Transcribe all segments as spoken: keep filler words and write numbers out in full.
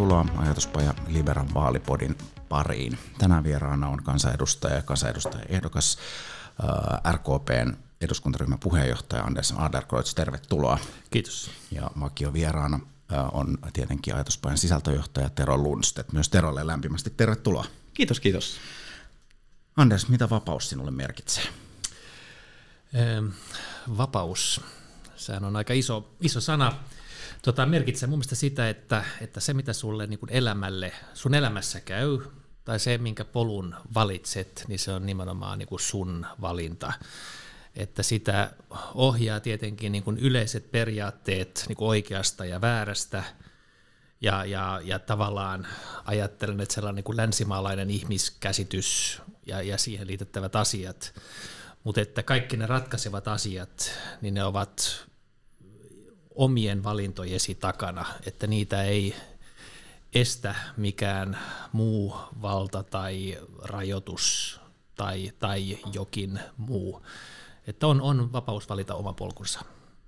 tervetuloa Ajatuspaja Liberan vaalipodin pariin. Tänään vieraana on kansanedustaja ja kansanedustaja ehdokas R K P:n eduskuntaryhmän puheenjohtaja Anders Adlercreutz. Tervetuloa. Kiitos. Ja vakio vieraana on tietenkin Ajatuspajan sisältöjohtaja Tero Lundstedt. Myös Terolle lämpimästi tervetuloa. Kiitos, kiitos. Anders, mitä vapaus sinulle merkitsee? Ähm, vapaus. Sehän on aika iso, iso sana. Tota, merkitsee mun mielestä sitä, että, että se mitä sulle niin kuin elämälle, sun elämässä käy, tai se minkä polun valitset, niin se on nimenomaan niin kuin sun valinta. Että sitä ohjaa tietenkin niin kuin yleiset periaatteet niin kuin oikeasta ja väärästä, ja, ja, ja tavallaan ajattelen, että sellainen niin kuin länsimaalainen ihmiskäsitys ja, ja siihen liitettävät asiat, mutta että kaikki ne ratkaisevat asiat, niin ne ovat omien valintojesi takana, että niitä ei estä mikään muu valta tai rajoitus tai, tai jokin muu. Että on, on vapaus valita oma polkunsa.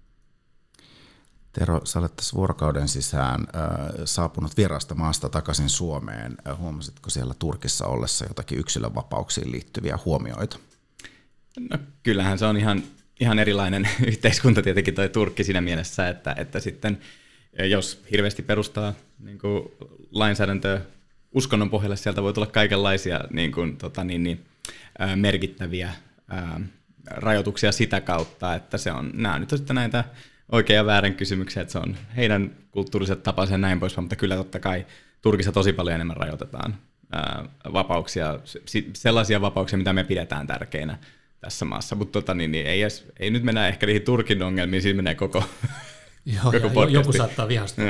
Tero, sä olet tässä vuorokauden sisään äh, saapunut vieraasta maasta takaisin Suomeen. Äh, huomasitko siellä Turkissa ollessa jotakin yksilönvapauksiin liittyviä huomioita? No, kyllähän se on ihan, ihan erilainen yhteiskunta tietenkin toi Turkki siinä mielessä, että, että sitten jos hirveästi perustaa niin kuin lainsäädäntöä uskonnon pohjalle, sieltä voi tulla kaikenlaisia niin kuin, tota, niin, niin, ää, merkittäviä ää, rajoituksia sitä kautta, että se on, nämä nyt on sitten näitä oikein ja väärän kysymyksiä, että se on heidän kulttuuriset tapansa ja näin pois, mutta kyllä totta kai Turkissa tosi paljon enemmän rajoitetaan ää, vapauksia, sellaisia vapauksia, mitä me pidetään tärkeinä tässä maassa, mutta tota, niin, niin ei, edes, ei nyt mennä ehkä niihin Turkin ongelmiin, siinä menee koko, Joo, koko joku saattaa vihastua.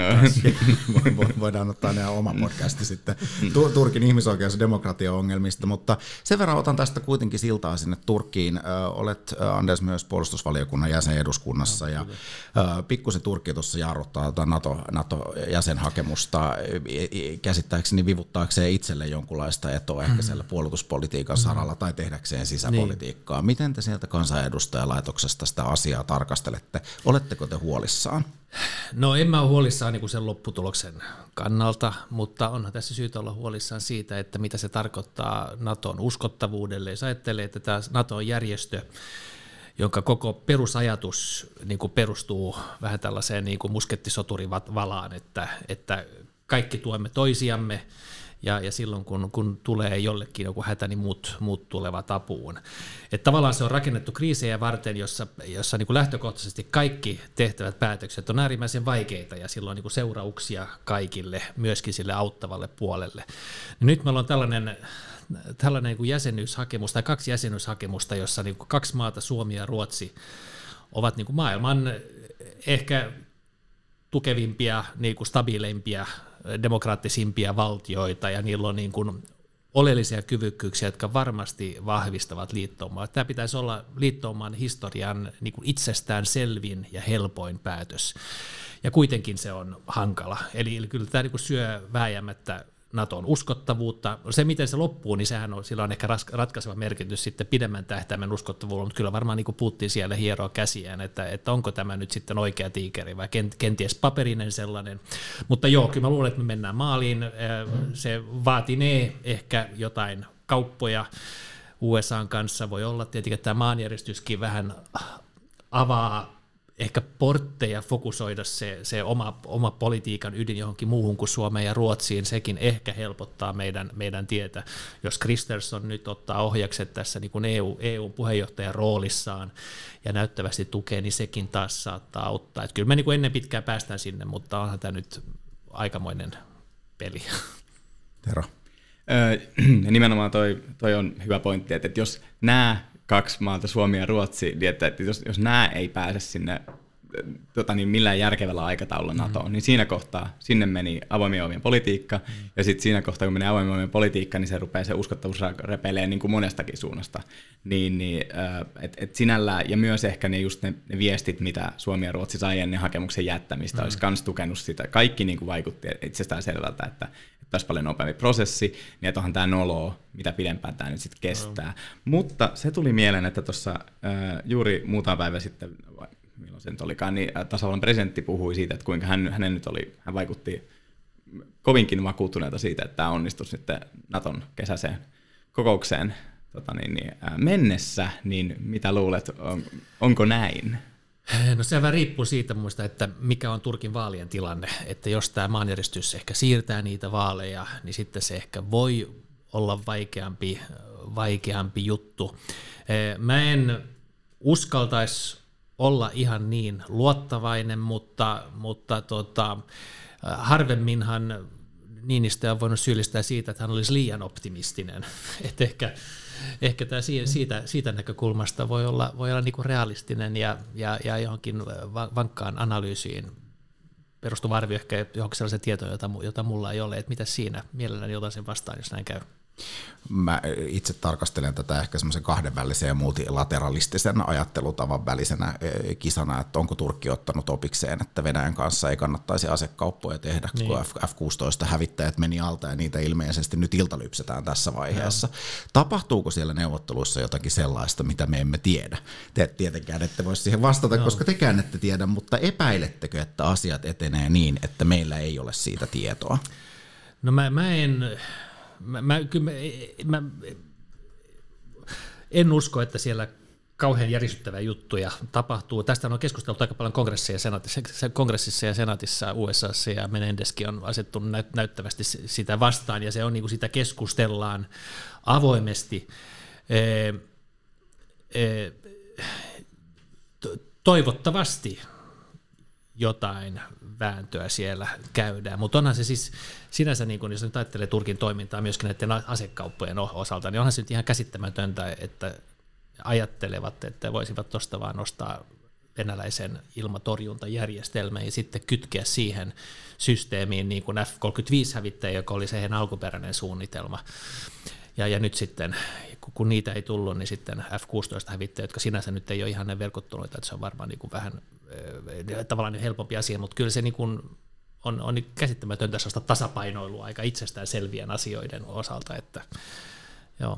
Voidaan ottaa ne oma podcasti sitten Turkin ihmisoikeus- ja demokratia-ongelmista, mutta sen verran otan tästä kuitenkin siltaa sinne Turkkiin. Olet, Anders, myös puolustusvaliokunnan jäsen eduskunnassa, ja pikkusen Turkki tuossa jarruttaa NATO, NATO-jäsenhakemusta käsittääkseni vivuttaakseen itselle jonkunlaista etoa ehkä siellä puolustuspolitiikan saralla tai tehdäkseen sisäpolitiikkaa. Niin. Miten te sieltä kansanedustajalaitoksesta sitä asiaa tarkastelette? Oletteko te huolissaan? No en mä ole huolissaan niin kuin sen lopputuloksen kannalta, mutta onhan tässä syytä olla huolissaan siitä, että mitä se tarkoittaa Naton uskottavuudelle. Jos ajattelee, että tämä NATO on järjestö, jonka koko perusajatus niin kuin perustuu vähän tällaiseen niin kuin muskettisoturivalaan, että, että kaikki tuemme toisiamme, Ja, ja silloin, kun, kun tulee jollekin joku hätä, niin muut, muut tulevat apuun. Että tavallaan se on rakennettu kriisejä varten, jossa, jossa niin kuin lähtökohtaisesti kaikki tehtävät päätökset on äärimmäisen vaikeita, ja silloin niin kuin seurauksia kaikille, myöskin sille auttavalle puolelle. Ja nyt meillä on tällainen, tällainen niin kuin jäsenyyshakemus, tai kaksi jäsenyyshakemusta, jossa niin kuin kaksi maata, Suomi ja Ruotsi, ovat niin kuin maailman ehkä tukevimpia, niin kuin stabiileimpia, demokraattisimpia valtioita, ja niillä on niin kuin oleellisia kyvykkyyksiä, jotka varmasti vahvistavat liittoumaa. Tämä pitäisi olla liittouman historian niin kuin itsestään selvin ja helpoin päätös, ja kuitenkin se on hankala. Eli kyllä tämä niin kuin syö vääjäämättä Naton uskottavuutta. Se, miten se loppuu, niin sehän on, sillä on ehkä ratkaiseva merkitys sitten pidemmän tähtäimen uskottavuudella, mutta kyllä varmaan niin kuin Putin siellä hieroo käsiään, että, että onko tämä nyt sitten oikea tiikeri vai kenties paperinen sellainen. Mutta joo, kyllä mä luulen, että me mennään maaliin. Se vaatinee ehkä jotain kauppoja U S A:n kanssa. Voi olla tietenkin, että tämä maanjärjestyskin vähän avaa ehkä portteja fokusoida se, se oma, oma politiikan ydin johonkin muuhun kuin Suomeen ja Ruotsiin, sekin ehkä helpottaa meidän, meidän tietä. Jos Kristersson nyt ottaa ohjakset tässä niin kuin E U, E U-puheenjohtajan roolissaan ja näyttävästi tukee, niin sekin taas saattaa auttaa. Että kyllä me niin kuin ennen pitkään päästään sinne, mutta onhan tämä nyt aikamoinen peli. Tero. Öö, nimenomaan toi, toi on hyvä pointti, että jos nämä kaksi maata, Suomi ja Ruotsi, niin että jos, jos nämä ei pääse sinne tota niin, millään järkevällä aikataululla NATOon, mm. niin siinä kohtaa sinne meni avoimien ovien politiikka, mm. ja sitten siinä kohtaa, kun menee avoimien ovien politiikka, niin se rupeaa se uskottavuus repelee niin kuin monestakin suunnasta. Niin, niin, et, et sinällään, ja myös ehkä ne, just ne, ne viestit, mitä Suomi ja Ruotsi sai ennen hakemuksen jättämistä, mm. olisi myös tukenut sitä. Kaikki niin kuin vaikutti itsestään selvältä, että olisi paljon nopeampi prosessi, niin että onhan tämä noloa, mitä pidempään tämä nyt sitten kestää. Mm. Mutta se tuli mieleen, että tuossa äh, juuri muutama päivä sitten, milloin se nyt olikaan, niin tasavallan presidentti puhui siitä, että kuinka hän, hänen nyt oli, hän vaikutti kovinkin vakuuttuneita siitä, että tämä onnistuisi sitten Naton kesäiseen kokoukseen tota niin, niin, ää, mennessä, niin mitä luulet, on, onko näin? No se vähän riippuu siitä muista, että mikä on Turkin vaalien tilanne, että jos tämä maanjäristys ehkä siirtää niitä vaaleja, niin sitten se ehkä voi olla vaikeampi, vaikeampi juttu. Mä en uskaltaisi olla ihan niin luottavainen, mutta, mutta tota, harvemminhan Niinistö on voinut syyllistää siitä, että hän olisi liian optimistinen. Et ehkä ehkä tämä siitä, siitä näkökulmasta voi olla, voi olla niinku realistinen ja, ja, ja johonkin vankkaan analyysiin perustuva arvio ehkä johonkin sellaisen tietoon, jota, jota mulla ei ole. Että mitä siinä? Mielelläni otan sen vastaan, jos näin käy. Mä itse tarkastelen tätä ehkä semmoisen kahdenvälisen ja multilateralistisen ajattelutavan välisenä kisana, että onko Turkki ottanut opikseen, että Venäjän kanssa ei kannattaisi asekauppoja tehdä, niin. kun F kuusitoista hävittäjät meni alta ja niitä ilmeisesti nyt iltalypsetään tässä vaiheessa. No. Tapahtuuko siellä neuvotteluissa jotakin sellaista, mitä me emme tiedä? Te tietenkään ette voi siihen vastata, no. koska tekään ette tiedä, mutta epäilettekö, että asiat etenee niin, että meillä ei ole siitä tietoa? No mä, mä en... Mä, mä, kyllä mä, mä en usko, että siellä kauhean järisyttäviä juttuja tapahtuu. Tästä on keskusteltu aika paljon kongressissa ja senaatissa, kongressissa ja senaatissa U S A:ssa, ja Menendeskin on asettu näyttävästi sitä vastaan, ja se on niin kuin sitä keskustellaan avoimesti. E, e, toivottavasti jotain vääntöä siellä käydään, mutta onhan se siis sinänsä, niin kun, jos nyt ajattelee Turkin toimintaa myöskin näiden asekauppojen osalta, niin onhan se nyt ihan käsittämätöntä, että ajattelevat, että voisivat tuosta vaan nostaa venäläisen ilmatorjuntajärjestelmän ja sitten kytkeä siihen systeemiin niin kuin F kolmekymmentäviisi-hävittäjä, joka oli se heidän alkuperäinen suunnitelma. Ja, ja nyt sitten, kun niitä ei tullut, niin sitten F kuusitoista-hävittäjät, jotka sinänsä nyt ei ole ihan ne verkottuneita, että se on varmaan niin kuin vähän äh, tavallaan helpompi asia, mutta kyllä se niin kuin on, on käsittämätöntä sellaista tasapainoilua aika itsestään selvien asioiden osalta. Että, joo.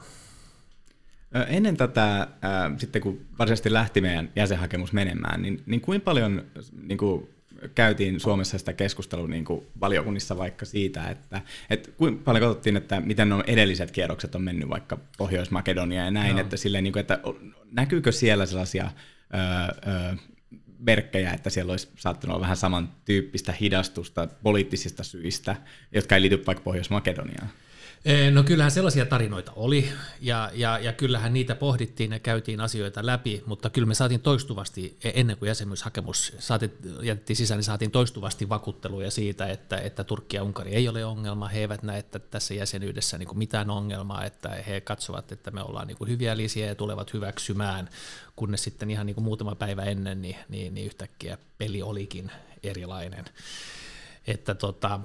Ennen tätä, äh, sitten kun varsinaisesti lähti meidän jäsenhakemus menemään, niin, niin kuinka paljon niin kuin käytiin Suomessa sitä keskustelua niin kuin valiokunnissa vaikka siitä, että, että kuinka paljon katsottiin, että miten nuo edelliset kierrokset on mennyt vaikka Pohjois-Makedonia ja näin, no. että, silleen, niin kuin, että näkyykö siellä sellaisia öö, öö, merkkejä, että siellä olisi saattanut olla vähän samantyyppistä hidastusta poliittisista syistä, jotka ei liity vaikka Pohjois-Makedoniaan? No kyllähän sellaisia tarinoita oli, ja, ja, ja kyllähän niitä pohdittiin ja käytiin asioita läpi, mutta kyllä me saatiin toistuvasti, ennen kuin jäsenyyshakemus saatiin, jätettiin sisään, niin saatiin toistuvasti vakuutteluja siitä, että, että Turkki ja Unkari ei ole ongelma, he eivät näe että tässä jäsenyydessä niin kuin mitään ongelmaa, että he katsovat, että me ollaan niin kuin hyviä lisiä ja tulevat hyväksymään, kunnes sitten ihan niin kuin muutama päivä ennen, niin, niin, niin yhtäkkiä peli olikin erilainen. Että tota...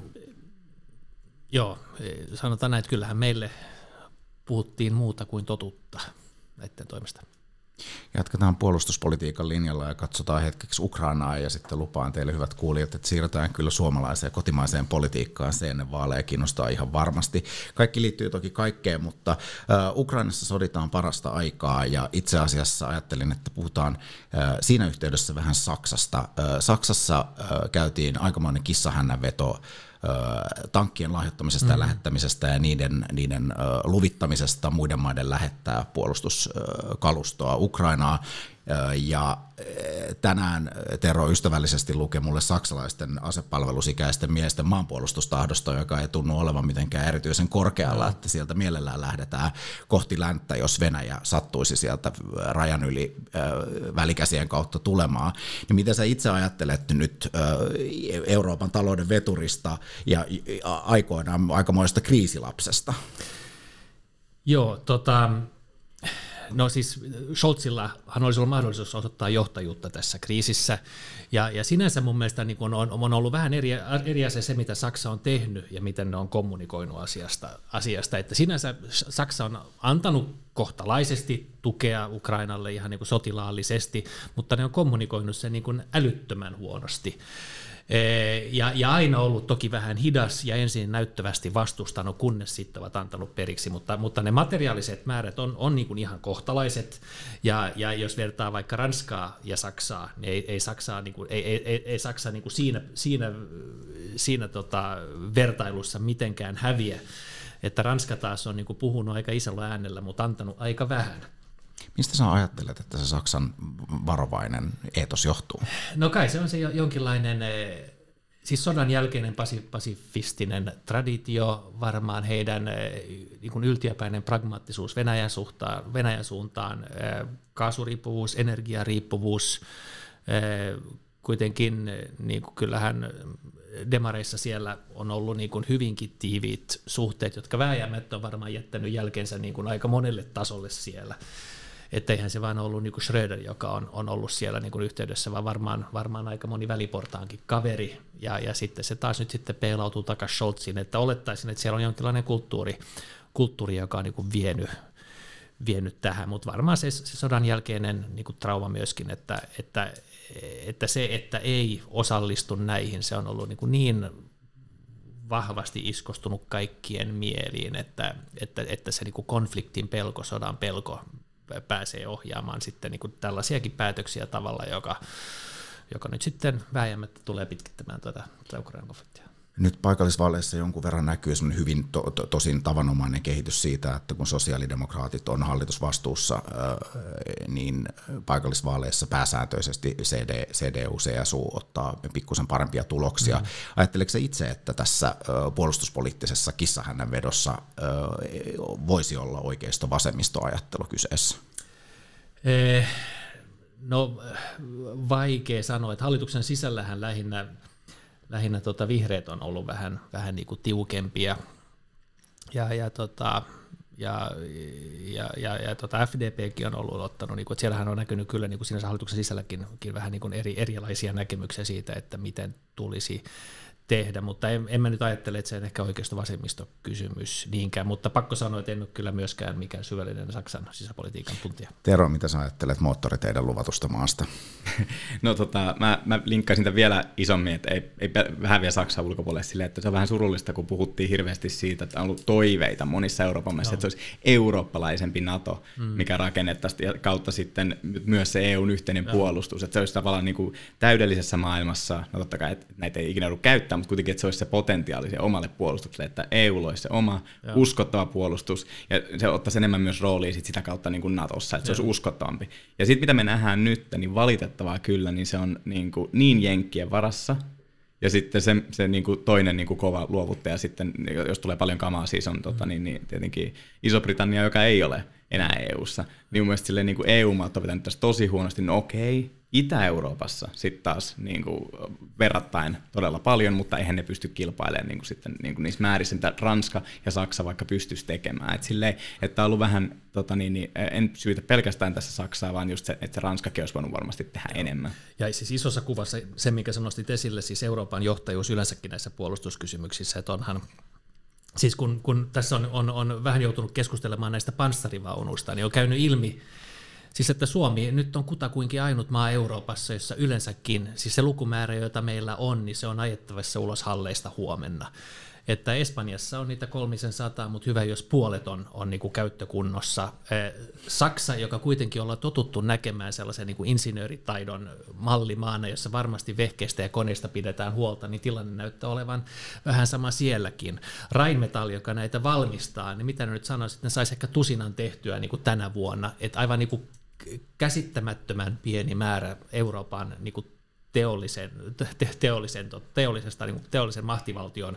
Joo, sanotaan näin, että kyllähän meille puhuttiin muuta kuin totuutta näiden toimesta. Jatketaan puolustuspolitiikan linjalla ja katsotaan hetkeksi Ukrainaa ja sitten lupaan teille hyvät kuulijat, että siirrytään kyllä suomalaiseen kotimaiseen politiikkaan. Se ennen vaaleja kiinnostaa ihan varmasti. Kaikki liittyy toki kaikkeen, mutta uh, Ukrainassa soditaan parasta aikaa ja itse asiassa ajattelin, että puhutaan uh, siinä yhteydessä vähän Saksasta. Uh, Saksassa uh, käytiin aikamoinen kissahännänveto tankkien lahjoittamisesta ja mm. lähettämisestä ja niiden, niiden luvittamisesta muiden maiden lähettää puolustuskalustoa Ukrainaa. Ja tänään Tero ystävällisesti luki mulle saksalaisten asepalvelusikäisten miesten maanpuolustustahdosta, joka ei tunnu olevan mitenkään erityisen korkealla, että sieltä mielellään lähdetään kohti länttä, jos Venäjä sattuisi sieltä rajan yli välikäsien kautta tulemaan. Niin mitä sä itse ajattelet nyt Euroopan talouden veturista ja aikoinaan aikamoista kriisilapsesta? Joo, tota... No siis Scholzillahan olisi ollut mahdollisuus osoittaa johtajuutta tässä kriisissä, ja, ja sinänsä mun mielestä niin on, on ollut vähän eri, eri asia se, mitä Saksa on tehnyt ja miten ne on kommunikoinut asiasta, asiasta. Että sinänsä Saksa on antanut kohtalaisesti tukea Ukrainalle ihan niin kuin sotilaallisesti, mutta ne on kommunikoinut sen niin kuin älyttömän huonosti. Ja, ja aina ollut toki vähän hidas ja ensin näyttävästi vastustanut, kunnes sitten ovat antanut periksi, mutta, mutta ne materiaaliset määrät on, on niin kuin ihan kohtalaiset, ja, ja jos vertaa vaikka Ranskaa ja Saksaa, niin ei, ei Saksaa, niin kuin, ei, ei, ei Saksa niin kuin siinä, siinä, siinä tota vertailussa mitenkään häviä, että Ranska taas on niin kuin puhunut aika isolla äänellä, mutta antanut aika vähän. Mistä sä ajattelet, että se Saksan varovainen eetos johtuu? No kai se on se jonkinlainen, siis sodan jälkeinen pasifistinen traditio, varmaan heidän niin kuin yltiöpäinen pragmaattisuus Venäjän suuntaan, Venäjän suuntaan, kaasuriippuvuus, energiariippuvuus, kuitenkin niin kuin kyllähän demareissa siellä on ollut niin kuin hyvinkin tiiviit suhteet, jotka vääjäämättä on varmaan jättänyt jälkeensä niin kuin aika monelle tasolle siellä. Että eihän se vaan ollut niin kuin Schröder, joka on, on ollut siellä niin kuin yhteydessä, vaan varmaan, varmaan aika moni väliportaankin kaveri, ja, ja sitten se taas nyt sitten peilautuu takaisin Scholziin, että olettaisin, että siellä on jonkinlainen kulttuuri, kulttuuri joka on niin kuin vienyt, vienyt tähän, mutta varmaan se, se sodan jälkeinen niin kuin trauma myöskin, että, että, että se, että ei osallistu näihin, se on ollut niin, kuin niin vahvasti iskostunut kaikkien mieliin, että, että, että se niin kuin konfliktin pelko, sodan pelko, pääsee ohjaamaan sitten niin kuin tällaisiakin päätöksiä tavalla, joka, joka nyt sitten vääjäämättä tulee pitkittämään tuota Ukrainan konfliktia. Nyt paikallisvaaleissa jonkun verran näkyy semmoinen hyvin to, to, tosin tavanomainen kehitys siitä, että kun sosiaalidemokraatit on hallitusvastuussa, niin paikallisvaaleissa pääsääntöisesti C D, C D U, C S U ottaa pikkusen parempia tuloksia. Mm. Ajatteleeko itse, että tässä puolustuspoliittisessa kissahännän vedossa voisi olla oikeisto-vasemmistoajattelu kyseessä? Eh, no vaikea sanoa, että hallituksen sisällähän lähinnä Lähinnä tota vihreät on ollut vähän, vähän niin kuin tiukempia, ja, ja, tota, ja, ja, ja, ja tota F D P:kin on ollut ottanut, niin kuin, että siellähän on näkynyt kyllä niin kuin siinä hallituksen sisälläkin vähän niin kuin eri, erilaisia näkemyksiä siitä, että miten tulisi tehdä, mutta en, en mä nyt ajattele, että se on ehkä oikeisto-vasemmisto-kysymys niinkään, mutta pakko sanoa, että en ole kyllä myöskään mikään syvällinen Saksan sisäpolitiikan tuntija. Tero, mitä sä ajattelet moottoriteiden luvatusta maasta? No tota, mä, mä linkkasin sitä vielä isommin, että ei, ei vähän vielä Saksan ulkopuolelle silleen, että se on vähän surullista, kun puhuttiin hirveästi siitä, että on ollut toiveita monissa Euroopan maissa, no. että se olisi eurooppalaisempi NATO, mm. mikä rakennettaisiin ja kautta sitten myös se E U:n yhteinen no. puolustus, että se olisi tavallaan niin kuin täydellisessä maailmassa, no totta kai, että näitä ei ikinä ollut käyttää, mutta kuitenkin, että se olisi se potentiaali omalle puolustukselle, että E U olisi se oma Joo. uskottava puolustus, ja se ottaisi enemmän myös roolia sit sitä kautta niin kuin Natossa, että Joo. se olisi uskottavampi. Ja sitten mitä me nähdään nyt, niin valitettavaa kyllä, niin se on niin, kuin niin jenkkien varassa, ja sitten se, se niin kuin toinen niin kuin kova luovuttaja sitten, jos tulee paljon kamaa, siis on tota, niin, niin tietenkin Iso-Britannia, joka ei ole enää E U:ssa, niin mun mielestä silleen, niin kuin E U-maat on pitänyt tässä tosi huonosti, no okei, Itä-Euroopassa sitten taas niin kuin verrattain todella paljon, mutta eihän ne pysty kilpailemaan niin kuin sitten, niin kuin niissä määrissä, mitä Ranska ja Saksa vaikka pystyisi tekemään. Et silleen, että on ollut vähän, tota niin, niin, en syytä pelkästään tässä Saksaa, vaan just se, että se Ranskakin olisi voinut varmasti tehdä enemmän. Ja siis isossa kuvassa se, minkä sä nostit esille, siis Euroopan johtajuus yleensäkin näissä puolustuskysymyksissä, että onhan siis kun, kun tässä on, on, on vähän joutunut keskustelemaan näistä panssarivaunuista, niin on käynyt ilmi, siis että Suomi nyt on kutakuinkin ainut maa Euroopassa, jossa yleensäkin, siis se lukumäärä, jota meillä on, niin se on ajettavissa ulos halleista huomenna. Että Espanjassa on niitä kolmisen sataa, mutta hyvä, jos puolet on, on niin kuin käyttökunnossa. Saksa, joka kuitenkin ollaan totuttu näkemään sellaisen niin kuin insinööritaidon mallimaana, jossa varmasti vehkeistä ja koneista pidetään huolta, niin tilanne näyttää olevan vähän sama sielläkin. Rheinmetall, joka näitä valmistaa, niin mitä ne nyt sanoisin, että ne saisi ehkä tusinan tehtyä niin kuin tänä vuonna. Että aivan niin kuin käsittämättömän pieni määrä Euroopan niin kuin teollisen, te, teollisen, teollisesta, niin kuin teollisen mahtivaltion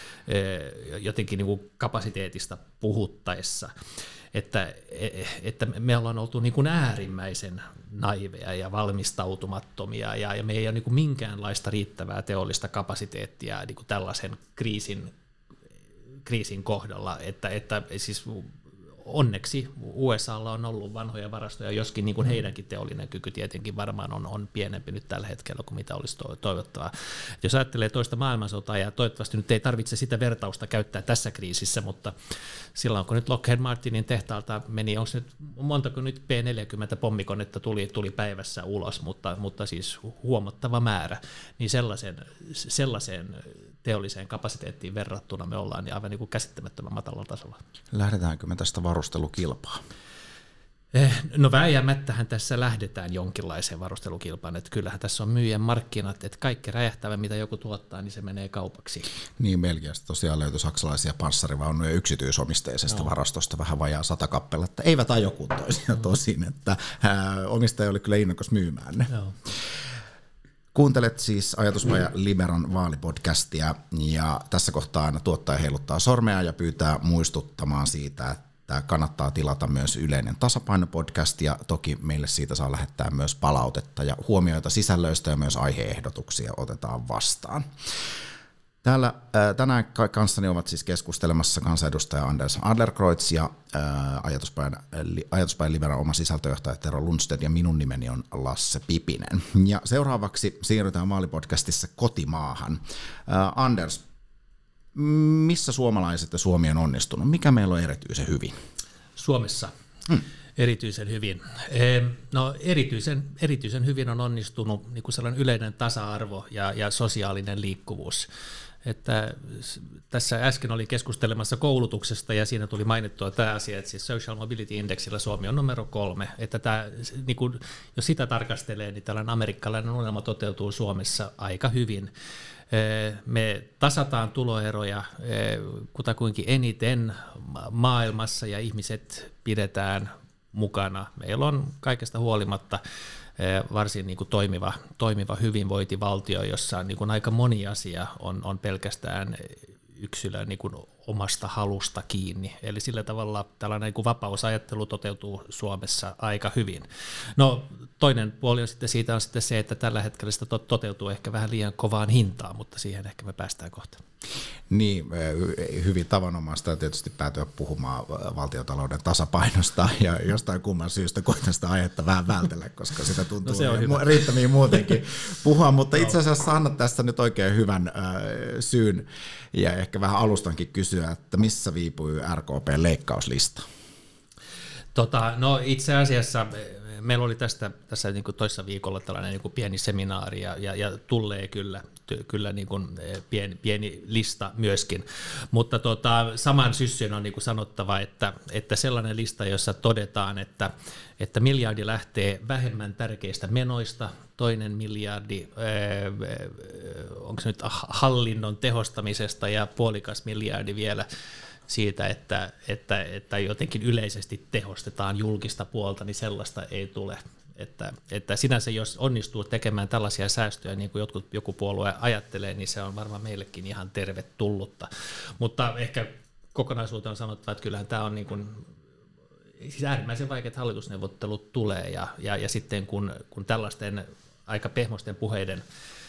jotenkin niin kuin kapasiteetista puhuttaessa, että, että me ollaan oltu niin kuin äärimmäisen naiveja ja valmistautumattomia, ja, ja me ei ole niin kuin minkäänlaista riittävää teollista kapasiteettia niin kuin tällaisen kriisin, kriisin kohdalla, että, että siis onneksi U S A:lla on ollut vanhoja varastoja, joskin niin kuin heidänkin teollinen kyky tietenkin varmaan on, on pienempi nyt tällä hetkellä kuin mitä olisi toivottavaa. Et jos ajattelee toista maailmansotaa, ja toivottavasti nyt ei tarvitse sitä vertausta käyttää tässä kriisissä, mutta silloin kun nyt Lockheed Martinin tehtaalta meni, onko nyt montako nyt P neljäkymmentä pommikonetta tuli, tuli päivässä ulos, mutta, mutta siis huomattava määrä, niin sellaisen, sellaiseen teolliseen kapasiteettiin verrattuna me ollaan niin aivan niin kuin käsittämättömän matalalla tasolla. Lähdetäänkö me tästä varustelukilpaan? No vääjäämättähän tässä lähdetään jonkinlaiseen varustelukilpaan, että kyllähän tässä on myyjän markkinat, että kaikki räjähtävä, mitä joku tuottaa, niin se menee kaupaksi. Niin, Belgiasta tosiaan löytyi saksalaisia panssarivaunuja yksityisomisteisesta no. varastosta vähän vajaa sata kappaletta. Eivät ajokuntoisia tosin, että ää, omistaja oli kyllä innokas myymään ne. No. Kuuntelet siis Ajatuspaja Liberan vaalipodcastia, ja tässä kohtaa aina tuottaja heiluttaa sormea ja pyytää muistuttamaan siitä, että kannattaa tilata myös Yleinen tasapaino-podcast, ja toki meille siitä saa lähettää myös palautetta ja huomioita sisällöistä, ja myös aiheehdotuksia otetaan vastaan. Täällä tänään kanssani ovat siis keskustelemassa kansanedustaja Anders Adlercreutz ja Ajatuspajan, Ajatuspajan Liberan oma sisältöjohtaja Tero Lundsted, ja minun nimeni on Lasse Pipinen. Ja seuraavaksi siirrytään vaalipodcastissa kotimaahan. Anders, missä suomalaiset ja Suomi on onnistunut? Mikä meillä on erityisen hyvin? Suomessa hmm. erityisen hyvin. No, erityisen, erityisen hyvin on onnistunut niin kuin sellainen yleinen tasa-arvo ja, ja sosiaalinen liikkuvuus. Että tässä äsken oli keskustelemassa koulutuksesta, ja siinä tuli mainittua tämä asia, että siis Social Mobility Indexillä Suomi on numero kolme. Että tämä, niin kun, jos sitä tarkastelee, niin tällainen amerikkalainen unelma toteutuu Suomessa aika hyvin. Me tasataan tuloeroja kutakuinkin eniten maailmassa, ja ihmiset pidetään mukana. Meillä on kaikesta huolimatta varsin niin kuin toimiva, toimiva hyvinvointivaltio, jossa niin kuin aika moni asia on, on pelkästään yksilön niin kuin omasta halusta kiinni. Eli sillä tavalla tällainen niin kuin vapausajattelu toteutuu Suomessa aika hyvin. No, toinen puoli on sitten siitä on sitten se, että tällä hetkellä sitä toteutuu ehkä vähän liian kovaan hintaan, mutta siihen ehkä me päästään kohta. Niin, hyvin tavanomaista on tietysti päätyä puhumaan valtiontalouden tasapainosta, ja jostain kumman syystä koitan sitä aihetta vähän vältellä, koska sitä tuntuu no riittämiin muutenkin puhua, mutta itse asiassa annat tässä nyt oikein hyvän äh, syyn, ja ehkä vähän alustankin kysyä, että missä viipyy R K P:n leikkauslista? Tota, no itse asiassa meillä oli tästä tässä niin kuin toissa viikolla tällainen niin kuin pieni seminaari, ja, ja, ja tulee kyllä, kyllä niin kuin pieni, pieni lista myöskin, mutta tota, saman syssyn on niin kuin sanottava, että, että sellainen lista, jossa todetaan, että, että miljardi lähtee vähemmän tärkeistä menoista, toinen miljardi, onko se nyt hallinnon tehostamisesta, ja puolikas miljardi vielä siitä, että, että, että jotenkin yleisesti tehostetaan julkista puolta, niin sellaista ei tule. Että, että sinänsä jos onnistuu tekemään tällaisia säästöjä, niin kuin jotkut, joku puolue ajattelee, niin se on varmaan meillekin ihan tervetullutta. Mutta ehkä kokonaisuuteen on sanottava, että kyllähän tämä on niin kuin, siis äärimmäisen vaikeat hallitusneuvottelut tulee, ja, ja, ja sitten kun, kun tällaisten aika pehmoisten puheiden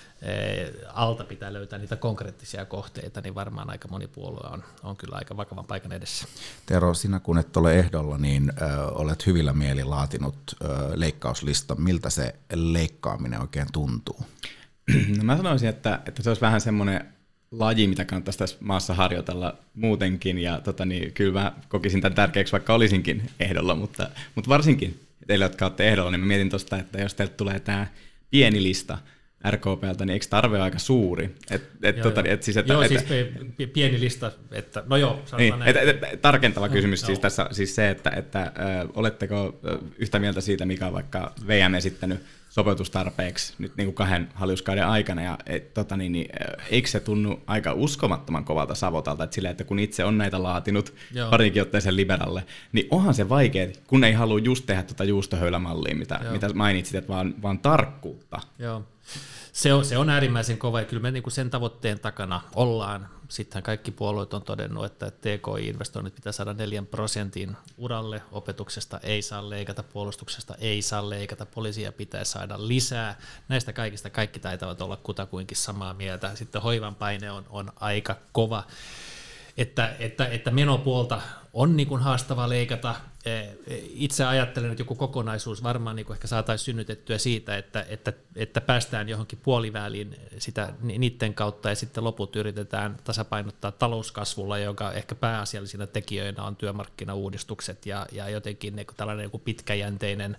alta pitää löytää niitä konkreettisia kohteita, niin varmaan aika moni puolue on, on kyllä aika vakavan paikan edessä. Tero, sinä kun et ole ehdolla, niin ö, olet hyvillä mieli laatinut ö, leikkauslista. Miltä se leikkaaminen oikein tuntuu? No mä sanoisin, että, että se olisi vähän semmoinen laji, mitä kannattaisi tässä maassa harjoitella muutenkin, ja tota, niin, kyllä mä kokisin tämän tärkeäksi, vaikka olisinkin ehdolla, mutta, mutta varsinkin teille, jotka olette ehdolla, niin mä mietin tuosta, että jos teiltä tulee tämä pieni lista R K P:ltä, niin eikö tarve ole aika suuri? Et, et, joo, tota, joo. Et siis, että, joo, että, siis pieni lista, että no joo, niin, et, et, et, tarkentava kysymys no, siis tässä siis se, että, että äh, oletteko yhtä mieltä siitä, mikä on vaikka V M esittänyt sopeutustarpeeksi nyt niin kuin kahden hallituskauden aikana, ja et, tota, niin, niin, eikö se tunnu aika uskomattoman kovalta savotalta, että, sillä, että kun itse on näitä laatinut parinkin otteeseen Liberalle, niin onhan se vaikea, kun ei halua just tehdä tuota juustohöylämallia, mitä, mitä mainitsit, että vaan, vaan tarkkuutta. Joo. Se on, se on äärimmäisen kova, ja kyllä me niinku sen tavoitteen takana ollaan. Sittenhän kaikki puolueet on todennut, että T K I-investoinnit pitää saada neljän prosentin uralle, opetuksesta ei saa leikata, puolustuksesta ei saa leikata, poliisia pitää saada lisää. Näistä kaikista kaikki taitavat olla kutakuinkin samaa mieltä. Sitten hoivan paine on, on aika kova. että, että, että menopuolta on niin kuin haastava leikata. Itse ajattelen, että joku kokonaisuus varmaan niin kuin ehkä saataisiin synnytettyä siitä, että, että, että päästään johonkin puoliväliin sitä niiden kautta ja sitten loput yritetään tasapainottaa talouskasvulla, joka ehkä pääasiallisina tekijöinä on työmarkkinauudistukset ja, ja jotenkin niin kuin tällainen niin pitkäjänteinen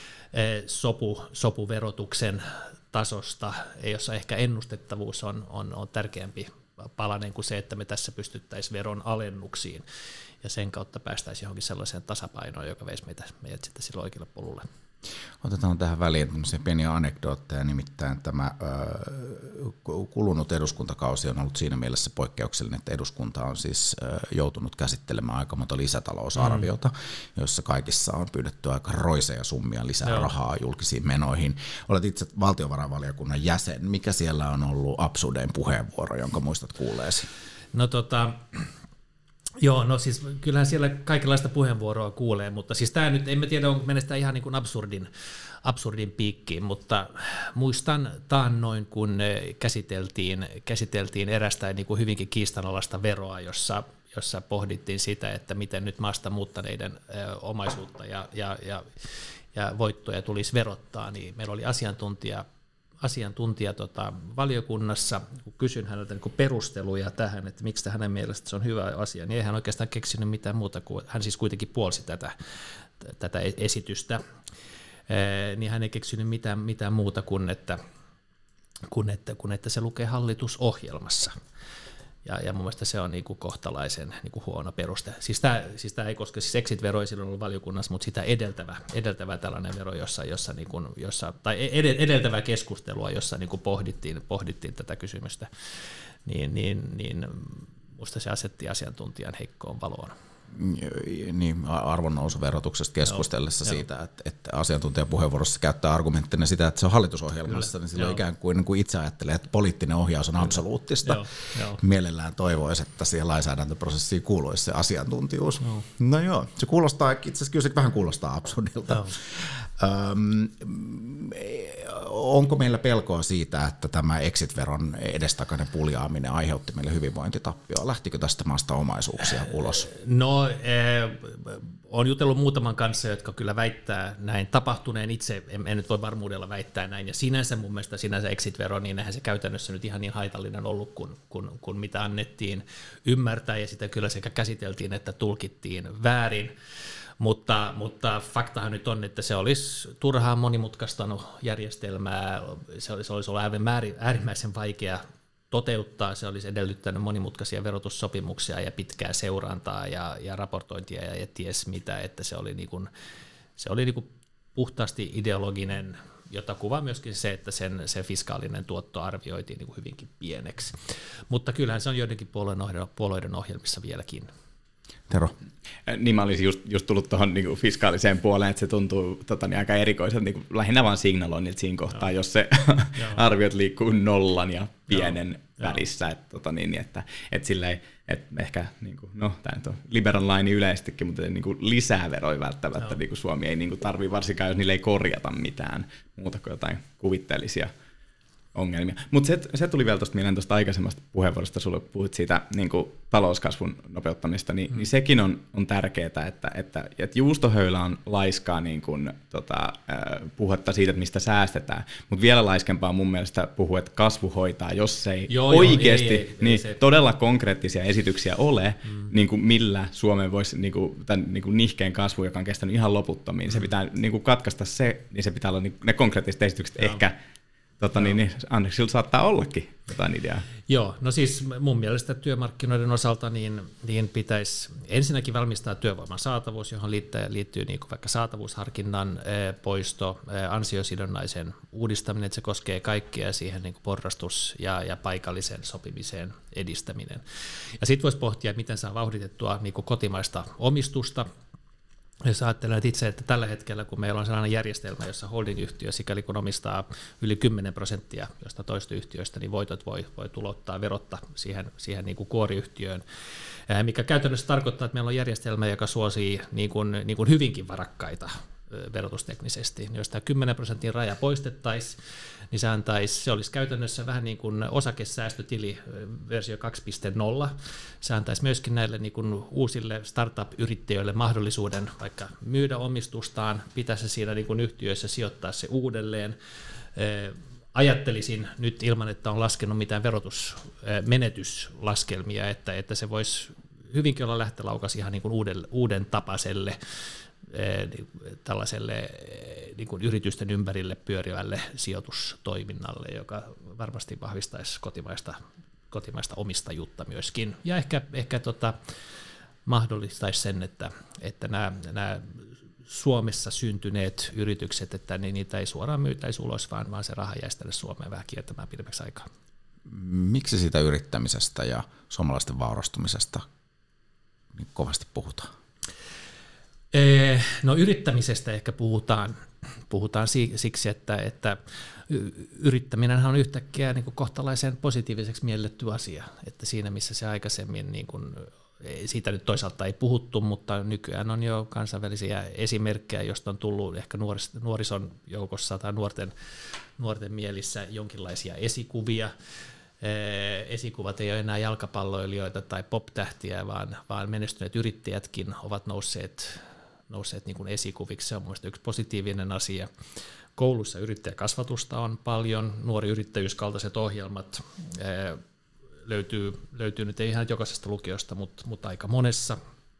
sopu, sopuverotuksen tasosta, jossa ehkä ennustettavuus on, on, on tärkeämpi palanen kuin se, että me tässä pystyttäisiin veron alennuksiin ja sen kautta päästäisiin johonkin sellaiseen tasapainoon, joka veisi meitä, meidät sitten sillä oikealle polulle. Otetaan tähän väliin tämmöisiä pieniä anekdootteja, nimittäin tämä ö, kulunut eduskuntakausi on ollut siinä mielessä poikkeuksellinen, että eduskunta on siis ö, joutunut käsittelemään aika monta lisätalousarviota, mm. joissa kaikissa on pyydetty aika roiseja summia lisää Joo. rahaa julkisiin menoihin. Olet itse valtiovarainvaliokunnan jäsen. Mikä siellä on ollut absurdein puheenvuoro, jonka muistat kuulleesi? No tota... Joo, no siis kyllähän siellä kaikenlaista puheenvuoroa kuulee, mutta siis tämä nyt, en mä tiedä, onko mennä sitä ihan niin kuin absurdin, absurdin piikkiin, mutta muistan taannoin, kun käsiteltiin, käsiteltiin erästä niin kuin hyvinkin kiistanalaista veroa, jossa, jossa pohdittiin sitä, että miten nyt maasta muuttaneiden omaisuutta ja, ja, ja, ja voittoja tulisi verottaa, niin meillä oli asiantuntija, asiantuntija tota, valiokunnassa, kun kysyin häneltä niin kun perusteluja tähän, että miksi hänen mielestä se on hyvä asia, niin ei hän oikeastaan keksinyt mitään muuta kuin, hän siis kuitenkin puolsi tätä, tätä esitystä, ee, niin hän ei keksinyt mitään, mitään muuta kuin että, kuin, että, kuin että se lukee hallitusohjelmassa. Ja, ja mun mielestä se on niin kuin kohtalaisen niin kuin huono peruste. Siis tämä siis ei koske, siis exit-vero ei silloin ollut valiokunnassa, mutta sitä edeltävä, edeltävä tällainen vero, jossa, jossa, niin kuin, jossa tai edeltävää keskustelua, jossa niin kuin pohdittiin, pohdittiin tätä kysymystä, niin, niin, niin musta se asetti asiantuntijan heikkoon valoon. Niin, arvonnousuverotuksesta keskustellessa Joo, siitä, että, että asiantuntijapuheenvuorossa käyttää argumenttina sitä, että se on hallitusohjelmassa, Kyllä, niin silloin ikään kuin, niin kuin itse ajattelee, että poliittinen ohjaus on absoluuttista. Joo, jo. Mielellään toivoisi, että siihen lainsäädäntöprosessiin kuuluisi se asiantuntijuus. Joo. No joo, se kuulostaa, itse asiassa kyllä se vähän kuulostaa absurdilta. Öm, onko meillä pelkoa siitä, että tämä exit-veron edestakainen puljaaminen aiheutti meille hyvinvointitappioa? Lähtikö tästä maasta omaisuuksia ulos? No, eh, olen jutellut muutaman kanssa, jotka kyllä väittää näin tapahtuneen. Itse en, en nyt voi varmuudella väittää näin. Ja sinänsä mun mielestä sinänsä exit-vero, niin eihän se käytännössä nyt ihan niin haitallinen ollut kuin, kuin, kuin mitä annettiin ymmärtää. Ja sitä kyllä sekä käsiteltiin että tulkittiin väärin. Mutta, mutta faktahan nyt on, että se olisi turhaan monimutkaistanut järjestelmää, se olisi, se olisi ollut äärimmäisen vaikea toteuttaa, se olisi edellyttänyt monimutkaisia verotussopimuksia ja pitkää seurantaa ja, ja raportointia ja, ja ties mitä, että se oli, niin kuin, se oli niin kuin puhtaasti ideologinen, jota kuvaa myöskin se, että sen, sen fiskaalinen tuotto arvioitiin niin kuin hyvinkin pieneksi. Mutta kyllähän se on joidenkin puolueiden, puolueiden ohjelmissa vieläkin. Tero. Niin mä olisin just, just tullut tuohon niin fiskaaliseen puoleen, että se tuntuu tota, niin aika erikoiselta, niin lähinnä vaan signaloinnilta siinä kohtaa, Joo. jos se arviot liikkuu nollan ja pienen Joo. välissä. Että, tota, niin, että, että silleen, että ehkä, niin kuin, no tämä nyt on liberal line yleistikin, mutta niin kuin lisää veroja välttämättä niin kuin Suomi ei niin tarvitse, varsinkaan jos niille ei korjata mitään muuta kuin jotain kuvitteellisia ongelmia. Mutta se, se tuli vielä tuosta mieleen tuosta aikaisemmasta puheenvuorosta, sulle puhuit siitä niin kuin talouskasvun nopeuttamista, niin, mm. niin sekin on, on tärkeää, että, että, että juustohöylä on laiskaa niin kuin, tota, puhetta siitä, että mistä säästetään, mutta vielä laiskempaa on mun mielestä puhua, että kasvu hoitaa, jos ei joo, oikeasti joo, ei, ei, niin ei, todella konkreettisia esityksiä ole, mm. niin kuin millä Suomeen voisi niin kuin, tämän niin kuin nihkeen kasvu, joka on kestänyt ihan loputtomiin, mm. se pitää niin kuin katkaista se, niin se pitää olla niin, ne konkreettiset esitykset joo. ehkä. Tota, niin, niin Andersilla saattaa ollakin jotain ideaa. Joo, no siis mun mielestä työmarkkinoiden osalta niin, niin pitäisi ensinnäkin valmistaa työvoiman saatavuus, johon liittyy, liittyy niin kuin vaikka saatavuusharkinnan poisto, ansiosidonnaisen uudistaminen, että se koskee kaikkea siihen niin kuin porrastus- ja, ja paikallisen sopimisen edistäminen. Ja sitten voisi pohtia, miten saa vauhditettua niin kuin kotimaista omistusta. Jos ajattelee itse, että tällä hetkellä, kun meillä on sellainen järjestelmä, jossa holding-yhtiö, sikäli kun omistaa yli kymmenen prosenttia josta toista yhtiöistä, niin voitot voi, voi tulottaa verotta siihen, siihen niin kuin kuoriyhtiöön, mikä käytännössä tarkoittaa, että meillä on järjestelmä, joka suosii niin kuin, niin kuin hyvinkin varakkaita verotusteknisesti. Jos tämä kymmenen prosentin raja poistettaisiin, niin se antaisi, se olisi käytännössä vähän niin kuin osakesäästötili versio kaksi piste nolla. Se antaisi myöskin näille niin kuin uusille startup-yrittäjille mahdollisuuden vaikka myydä omistustaan, pitää se siinä niin kuin yhtiöissä, sijoittaa se uudelleen. Ajattelisin nyt ilman, että on laskenut mitään verotusmenetyslaskelmia, että, että se voisi hyvinkin olla lähtölaukas ihan niin kuin uuden, uuden tapaiselle tällaiselle niin kuin yritysten ympärille pyörivälle sijoitustoiminnalle, joka varmasti vahvistaisi kotimaista, kotimaista omistajuutta myöskin. Ja ehkä, ehkä tota, mahdollistaisi sen, että, että nämä, nämä Suomessa syntyneet yritykset, että niitä ei suoraan myytäisi ulos, vaan, vaan se raha jäisi tänne Suomeen vähän kiertämään pidemmäksi aikaa. Miksi siitä yrittämisestä ja suomalaisten vaurastumisesta niin kovasti puhutaan? No yrittämisestä ehkä puhutaan, puhutaan siksi, että, että yrittäminenhän on yhtäkkiä niin kuin kohtalaisen positiiviseksi mielletty asia, että siinä missä se aikaisemmin, niin kuin, siitä nyt toisaalta ei puhuttu, mutta nykyään on jo kansainvälisiä esimerkkejä, joista on tullut ehkä nuoris, nuorison joukossa tai nuorten, nuorten mielissä jonkinlaisia esikuvia. Esikuvat ei ole enää jalkapalloilijoita tai pop-tähtiä, vaan, vaan menestyneet yrittäjätkin ovat nousseet, nousseet niin kuin esikuviksi. Se on mielestäni yksi positiivinen asia. Koulussa yrittäjäkasvatusta on paljon, nuori yrittäjyyskaltaiset ohjelmat löytyy, löytyy nyt ei ihan jokaisesta lukiosta, mutta, mutta aika monessa.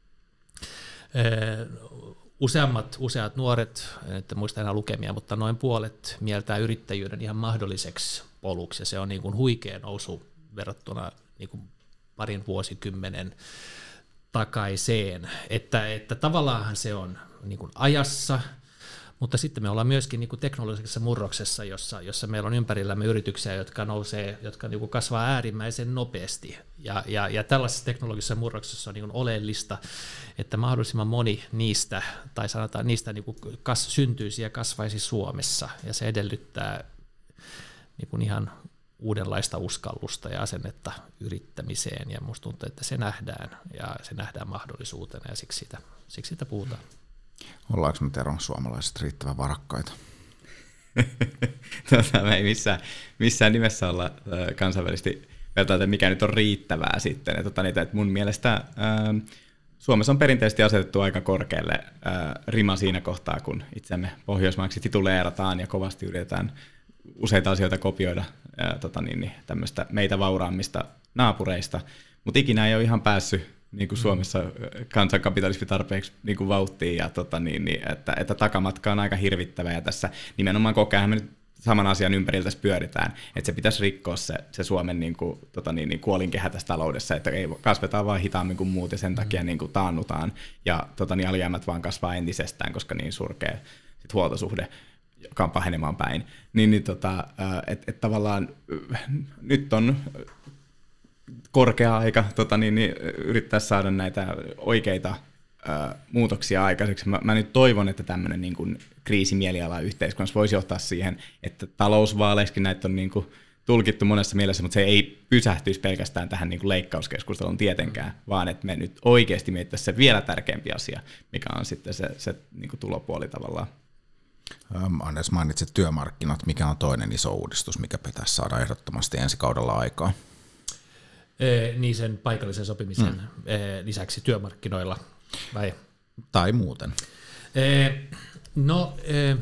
Useammat, useat nuoret, en muista enää lukemia, mutta noin puolet mieltää yrittäjyyden ihan mahdolliseksi poluksi, ja se on niin kuin huikea nousu verrattuna niin kuin parin vuosikymmenen takaiseen, että, että tavallaanhan se on niin kuin ajassa, mutta sitten me ollaan myöskin niin kuin teknologisessa murroksessa, jossa, jossa meillä on ympärillämme yrityksiä, jotka nousee, jotka niin kuin kasvaa äärimmäisen nopeasti, ja, ja, ja tällaisessa teknologisessa murroksessa on niin kuin oleellista, että mahdollisimman moni niistä, tai sanotaan niistä niin kuin kas, syntyisi ja kasvaisi Suomessa, ja se edellyttää niin kuin ihan uudenlaista uskallusta ja asennetta yrittämiseen, ja musta tuntuu, että se nähdään, ja se nähdään mahdollisuutena, ja siksi sitä, siksi sitä puhutaan. Ollaanko me Teron suomalaiset riittävän varakkaita? tota, me ei missään, missään nimessä olla kansainvälisesti vertailta, mikä nyt on riittävää sitten. Ja, tota, niitä, että mun mielestä ää, Suomessa on perinteisesti asetettu aika korkealle ää, rima siinä kohtaa, kun itsemme Pohjoismaaksi tituleerataan ja kovasti yritetään useita asioita kopioida ää, tota, niin, niin, tämmöistä meitä vauraammista naapureista, mutta ikinä ei ole ihan päässyt niin kuin Suomessa kansankapitalismi tarpeeksi niin kuin vauhtiin, ja tota, niin, niin, että, että takamatka on aika hirvittävä, ja tässä nimenomaan koko ajan me nyt saman asian ympäriltä pyöritään, että se pitäisi rikkoa se, se Suomen niin kuin, tota, niin, niin, kuolinkehä tässä taloudessa, että ei, kasvetaan vaan hitaammin kuin muut, ja sen takia niin kuin taannutaan, ja tota, niin, alijäämät vaan kasvaa entisestään, koska niin surkea sit huoltosuhde, joka on pahenemaan päin. Niin, niin tota, että et tavallaan nyt on korkea aika tota, niin, niin, yrittää saada näitä oikeita ää, muutoksia aikaiseksi. Mä, mä nyt toivon, että tämmöinen niin kuin kriisimieliala yhteiskunnassa voisi johtaa siihen, että talousvaaleissakin näitä on niin kuin tulkittu monessa mielessä, mutta se ei pysähtyisi pelkästään tähän niin kuin leikkauskeskusteluun tietenkään, vaan että me nyt oikeasti mietittäisiin se vielä tärkeämpi asia, mikä on sitten se, se niin kuin tulopuoli tavallaan. Ähm, Anders, mainitsit työmarkkinat. Mikä on toinen iso uudistus, mikä pitäisi saada ehdottomasti ensi kaudella aikaa? Ee, niin sen paikallisen sopimisen mm. ee, lisäksi työmarkkinoilla, vai? Tai muuten. Ee, no, ee,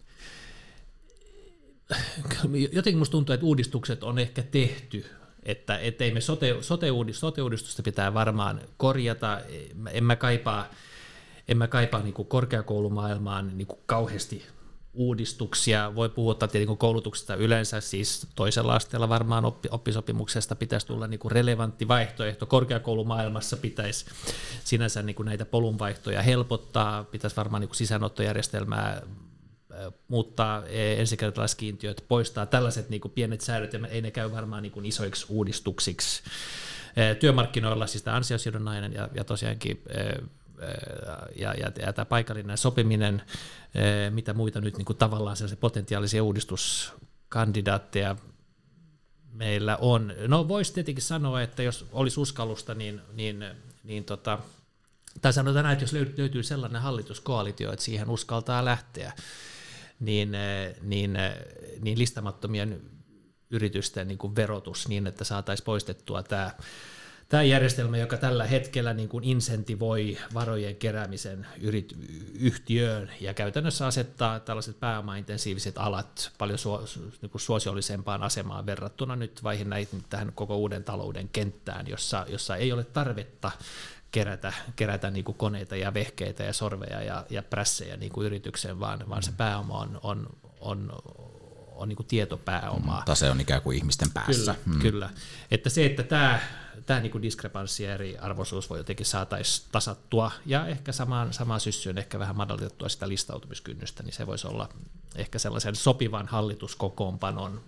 jotenkin musta tuntuu, että uudistukset on ehkä tehty, että ei me sote, sote-uudistusta pitää varmaan korjata. En mä kaipaa, en mä kaipaa niin kuin korkeakoulumaailmaan niin kuin kauheasti uudistuksia. Voi puhua tietenkin koulutuksesta yleensä, siis toisella asteella varmaan oppi, oppisopimuksesta pitäisi tulla niin kuin relevantti vaihtoehto. Korkeakoulumaailmassa pitäisi sinänsä niin kuin näitä polunvaihtoja helpottaa, pitäisi varmaan niin kuin sisäänottojärjestelmää muuttaa, ensikertalaiskiintiöt, poistaa tällaiset niin kuin pienet säädöt, ja ei ne käy varmaan niin kuin isoiksi uudistuksiksi. Työmarkkinoilla siis tämä ansiosidonnainen ja, ja tosiaankin ja, ja, ja tämä paikallinen sopiminen, mitä muita nyt niin kuin tavallaan sellaisia potentiaalisia uudistuskandidaatteja meillä on. No voisi tietenkin sanoa, että jos olisi uskallusta, niin, niin, niin tota, tai sanotaan näin, että jos löytyy sellainen hallituskoalitio, että siihen uskaltaa lähteä, niin, niin, niin listamattomien yritysten niin kuin verotus niin, että saataisiin poistettua tämä, tämä järjestelmä, joka tällä hetkellä niin kuin insentivoi varojen keräämisen yrit, yhtiöön ja käytännössä asettaa tällaiset pääomaintensiiviset alat paljon suo, niin kuin suosiollisempaan asemaan verrattuna nyt vaihin näitä tähän koko uuden talouden kenttään, jossa, jossa ei ole tarvetta kerätä, kerätä niin kuin koneita ja vehkeitä ja sorveja ja, ja prässejä niin kuin yritykseen, vaan, vaan se pääoma on, on, on, on niin kuin tietopääomaa. Tase on ikään kuin ihmisten päässä. Kyllä, mm. kyllä. Että se, että tämä, tämä niin kuin diskrepanssi ja eriarvoisuus voi jotenkin saataisiin tasattua ja ehkä samaan, samaan syssyyn ehkä vähän madallettua sitä listautumiskynnystä, niin se voisi olla ehkä sellaisen sopivan hallituskokoonpanon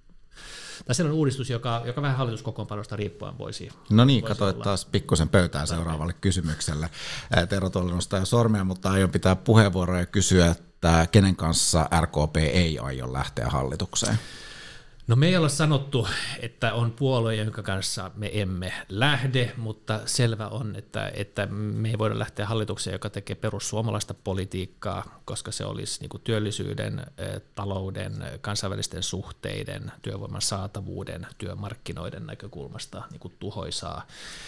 tai sellainen uudistus, joka, joka vähän hallituskokoonpanosta riippuen voisi No niin, voisi katsoit olla. taas pikkusen pöytään seuraavalle kysymykselle. Tero tuolla nostaa jo sormea, mutta aion pitää puheenvuoroja ja kysyä, että kenen kanssa R K P ei aio lähteä hallitukseen? No me ei olla sanottu, että on puolue, jonka kanssa me emme lähde, mutta selvä on, että, että me ei voida lähteä hallitukseen, joka tekee perussuomalaista politiikkaa, koska se olisi niin kuin työllisyyden, talouden, kansainvälisten suhteiden, työvoiman saatavuuden, työmarkkinoiden näkökulmasta niin kuin tuhoisaa.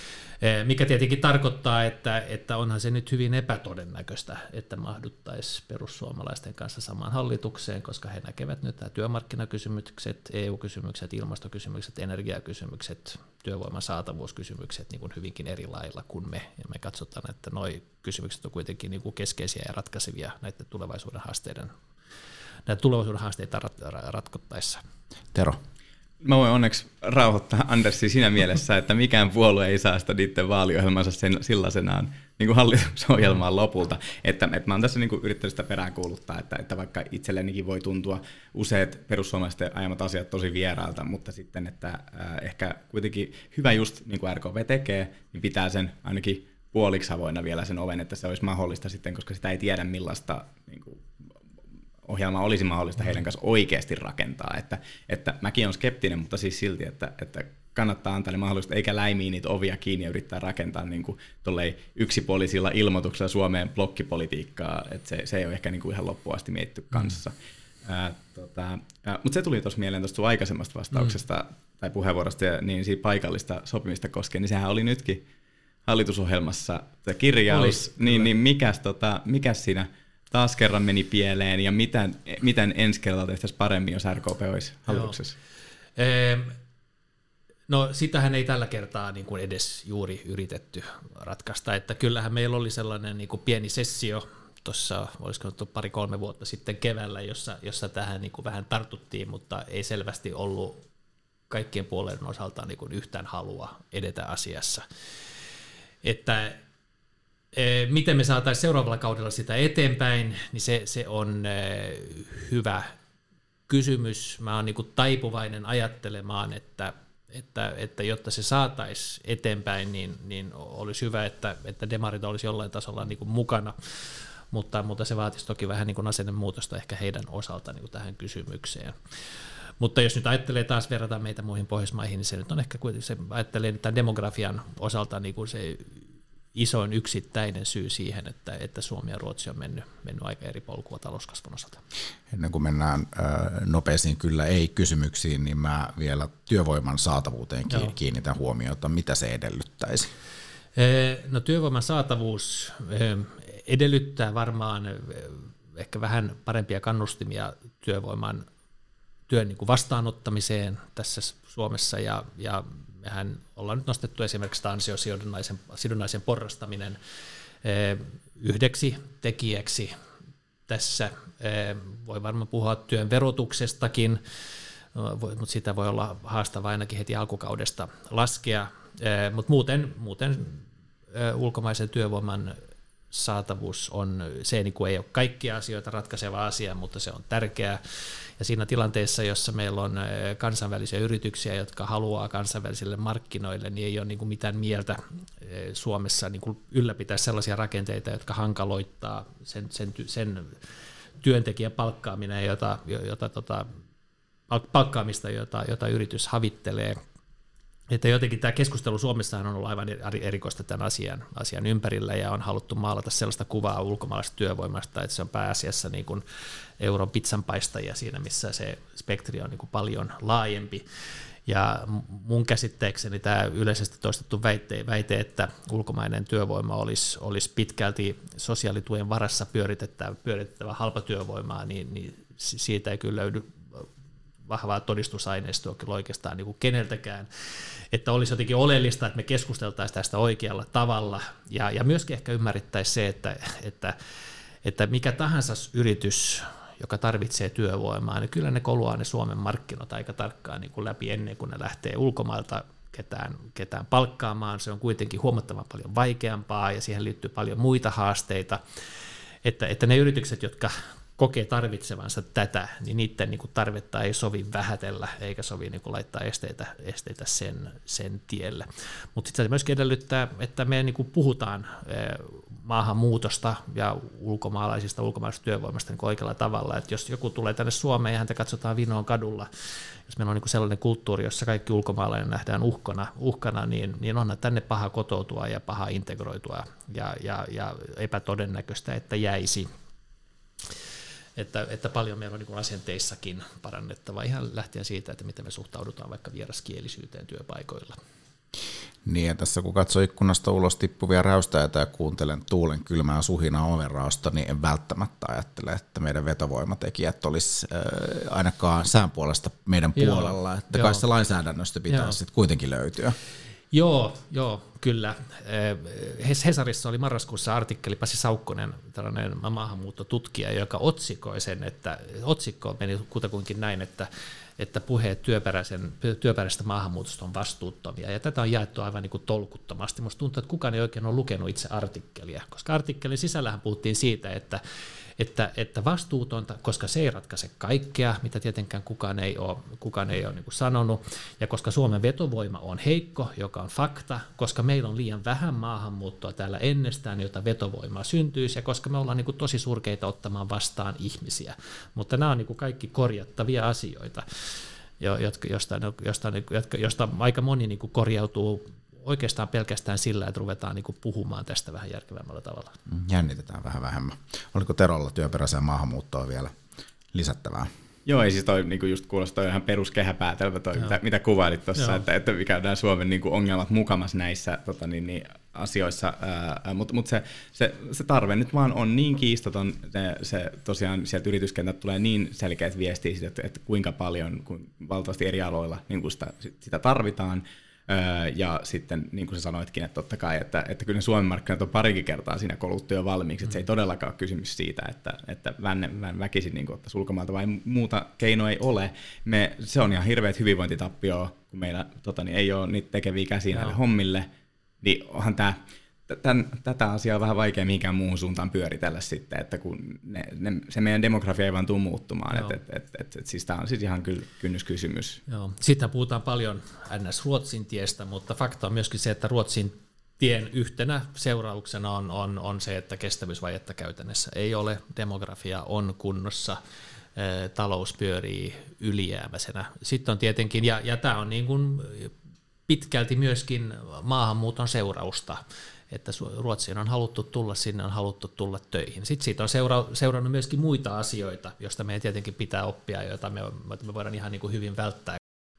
Mikä tietenkin tarkoittaa, että, että onhan se nyt hyvin epätodennäköistä, että mahduttaisiin perussuomalaisten kanssa samaan hallitukseen, koska he näkevät nyt nämä työmarkkinakysymykset, E U-kysymykset, ilmastokysymykset, energiakysymykset, työvoiman saatavuuskysymykset niin kuin hyvinkin eri lailla kuin me. Ja me katsotaan, että nuo kysymykset on kuitenkin niin kuin keskeisiä ja ratkaisevia näiden tulevaisuuden haasteiden, näitä tulevaisuuden haasteita rat- ratkottaessa. Tero. Mä voin onneksi rauhoittaa Andersia siinä mielessä, että mikään puolue ei saa sitä niiden vaaliohjelmansa sen, sellaisenaan niin kuin hallitusohjelmaan lopulta. Että, että mä oon tässä niin kuin yrittänyt sitä peräänkuuluttaa, että, että vaikka itsellenikin voi tuntua useat perussuomalaisten ajamat asiat tosi vierailta, mutta sitten, että äh, ehkä kuitenkin hyvä just niin kuin R K P tekee, niin pitää sen ainakin puoliksi avoinna vielä sen oven, että se olisi mahdollista sitten, koska sitä ei tiedä millaista niin kuin ohjelma olisi mahdollista heidän kanssa oikeasti rakentaa, että, että mäkin olen skeptinen, mutta siis silti, että, että kannattaa antaa ne mahdollisuudet, eikä läimiä niitä ovia kiinni ja yrittää rakentaa niin kuin yksipuolisilla ilmoituksilla Suomeen blokkipolitiikkaa, että se, se ei ole ehkä niin kuin ihan loppuun asti mietitty kanssa. Mm. Ää, tota, ää, mutta se tuli tuossa mieleen tuosta sun aikaisemmasta vastauksesta mm. tai puheenvuorosta, ja niin siitä paikallista sopimista koskien, niin sehän oli nytkin hallitusohjelmassa se kirjaus, oli, niin, niin mikäs, tota, mikäs siinä taas kerran meni pieleen, ja miten, miten ensi kerralla tehtäisiin paremmin, jos R K P olisi hallituksessa? Ehm, no sitähän ei tällä kertaa niin kuin edes juuri yritetty ratkaista, että kyllähän meillä oli sellainen niin kuin pieni sessio tuossa, olisiko nyt pari-kolme vuotta sitten keväällä, jossa, jossa tähän niin kuin vähän tartuttiin, mutta ei selvästi ollut kaikkien puolueiden osalta niin kuin yhtään halua edetä asiassa. Että miten me saataisiin seuraavalla kaudella sitä eteenpäin, niin se, se on hyvä kysymys. Mä oon niin kuin taipuvainen ajattelemaan, että, että, että jotta se saataisiin eteenpäin, niin, niin olisi hyvä, että, että demarit olisi jollain tasolla niin kuin mukana, mutta, mutta se vaatisi toki vähän niin kuin asennemuutosta ehkä heidän osalta niin kuin tähän kysymykseen. Mutta jos nyt ajattelee taas verrata meitä muihin Pohjoismaihin, niin se nyt on ehkä kuitenkin, se ajattelee tämän demografian osalta niin kuin se isoin yksittäinen syy siihen, että, että Suomi ja Ruotsi on mennyt, mennyt aika eri polkua talouskasvun osalta. Ennen kuin mennään äh, nopeisiin kyllä ei-kysymyksiin, niin mä vielä työvoiman saatavuuteen Joo. kiinnitän huomiota. Mitä se edellyttäisi? No työvoiman saatavuus edellyttää varmaan ehkä vähän parempia kannustimia työvoiman työn niin kuin vastaanottamiseen tässä Suomessa, ja, ja mehän ollaan nyt nostettu esimerkiksi tämä ansiosidonnaisen sidonnaisen porrastaminen yhdeksi tekijäksi tässä. Voi varmaan puhua työn verotuksestakin, mutta sitä voi olla haastavaa ainakin heti alkukaudesta laskea, mutta muuten, muuten ulkomaisen työvoiman saatavuus on, se niin kuin ei ole kaikkia asioita ratkaiseva asia, mutta se on tärkeää. Ja siinä tilanteessa, jossa meillä on kansainvälisiä yrityksiä, jotka haluaa kansainvälisille markkinoille, niin ei ole niin kuin mitään mieltä Suomessa niin kuin ylläpitää sellaisia rakenteita, jotka hankaloittaa sen, sen, sen työntekijän palkkaaminen, jota, jota, tota, palkkaamista, jota, jota yritys havittelee. Että jotenkin tämä keskustelu Suomessahan on ollut aivan erikoista tämän asian, asian ympärillä ja on haluttu maalata sellaista kuvaa ulkomaalaisesta työvoimasta, että se on pääasiassa niin kuin euron pizzanpaistajia siinä, missä se spektri on niin kuin paljon laajempi. Ja mun käsitteekseni tämä yleisesti toistettu väite, väite että ulkomainen työvoima olisi, olisi pitkälti sosiaalituen varassa pyöritettävä, pyöritettävä halpatyövoimaa, niin, niin siitä ei kyllä löydy vahvaa todistusaineistoa kyllä oikeastaan niin kuin keneltäkään, että olisi jotenkin oleellista, että me keskusteltaisiin tästä oikealla tavalla ja, ja myöskin ehkä ymmärrettäisiin se, että, että, että mikä tahansa yritys, joka tarvitsee työvoimaa, niin kyllä ne koluaa ne Suomen markkinat aika tarkkaan niin kuin läpi ennen kuin ne lähtee ulkomailta ketään, ketään palkkaamaan. Se on kuitenkin huomattavan paljon vaikeampaa ja siihen liittyy paljon muita haasteita, että, että ne yritykset, jotka kokee tarvitsevansa tätä, niin niiden niin kuin tarvetta ei sovi vähätellä eikä sovi niin kuin laittaa esteitä, esteitä sen, sen tielle. Mutta sitten se myöskin edellyttää, että me niin kuin puhutaan maahanmuutosta ja ulkomaalaisista, ulkomaalaisista työvoimasta niin kuin oikealla tavalla. Et jos joku tulee tänne Suomeen ja häntä katsotaan vinoon kadulla, jos meillä on niin kuin sellainen kulttuuri, jossa kaikki ulkomaalainen nähdään uhkana, uhkana niin, niin onhan tänne paha kotoutua ja paha integroitua ja, ja, ja epätodennäköistä, että jäisi. Että, että paljon meillä on niin kuin asenteissakin parannettava ihan lähtien siitä, että miten me suhtaudutaan vaikka vieraskielisyyteen työpaikoilla. Niin, ja tässä kun katsoo ikkunasta ulos tippuvia räystäitä ja kuuntelen tuulen kylmää suhinaa ovenraosta, niin en välttämättä ajattele, että meidän vetovoimatekijät olisi äh, ainakaan sään puolesta meidän joo, puolella, että joo. Kai se lainsäädännöstä pitäisi sitten kuitenkin löytyä. Joo, joo, kyllä. Hesarissa oli marraskuussa artikkeli Pasi Saukkonen, tällainen maahanmuuttotutkija, joka otsikoi sen, että otsikko meni kutakuinkin näin, että, että puheet työperäisen, työperäisestä maahanmuutosta on vastuuttomia, ja tätä on jaettu aivan niin kuin tolkuttomasti. Musta tuntuu, että kukaan ei oikein ole lukenut itse artikkelia, koska artikkelin sisällähän puhuttiin siitä, että Että, että vastuutonta, koska se ei ratkaise kaikkea, mitä tietenkään kukaan ei ole, kukaan ei ole niin kuin sanonut, ja koska Suomen vetovoima on heikko, joka on fakta, koska meillä on liian vähän maahanmuuttoa täällä ennestään, jota vetovoimaa syntyisi, ja koska me ollaan niin kuin tosi surkeita ottamaan vastaan ihmisiä. Mutta nämä on niin kuin kaikki korjattavia asioita, jotka, josta, josta, josta, josta aika moni niin kuin korjautuu oikeastaan pelkästään sillä, että ruvetaan niin kuin puhumaan tästä vähän järkevämmällä tavalla. Jännitetään vähän vähemmän. Oliko Terolla työperäiseen maahanmuuttoon vielä lisättävää? Joo, ei siis toi niin just kuulostaa ihan peruskehäpäätelmä toi, mitä, mitä kuvailit tuossa, että, että mikä nämä Suomen niin kuin ongelmat mukamas näissä tota, niin, niin, asioissa, mutta mut se, se, se tarve nyt vaan on niin kiistaton, se, se tosiaan sieltä yrityskentältä tulee niin selkeät viestiä siitä, että, että kuinka paljon, kun valtavasti eri aloilla niin kuin sitä, sitä tarvitaan. Ja sitten niin kuin sä sanoitkin, että totta kai, että, että kyllä ne Suomen markkinat on parikin kertaa siinä koluttu jo valmiiksi, että se ei todellakaan ole kysymys siitä, että, että vän, vän väkisin niin ottaisi ulkomailta vai muuta keinoa ei ole. Me, se on ihan hirveät hyvinvointitappioa, kun meillä tota, niin ei ole niitä tekeviä käsiä näille hommille, niin onhan tämä Tän, tätä asiaa on vähän vaikea mihinkään muuhun suuntaan pyöritellä sitten, että kun ne, ne, se meidän demografia ei vaan tule muuttumaan, että et, et, et, et, siis tämä on siis ihan kyllä kynnyskysymys. Joo. Sitten puhutaan paljon N S-Ruotsin tiestä, mutta fakta on myöskin se, että Ruotsin tien yhtenä seurauksena on, on, on se, että kestävyysvajetta käytännössä ei ole, demografia on kunnossa, talous pyörii ylijäämäisenä. Sitten on tietenkin, ja, ja tämä on niin kuin pitkälti myöskin maahanmuuton seurausta, että Ruotsiin on haluttu tulla, sinne on haluttu tulla töihin. Sitten siitä on seura- seurannut myöskin muita asioita, joista meidän tietenkin pitää oppia, joita me, me voidaan ihan niin kuin hyvin välttää.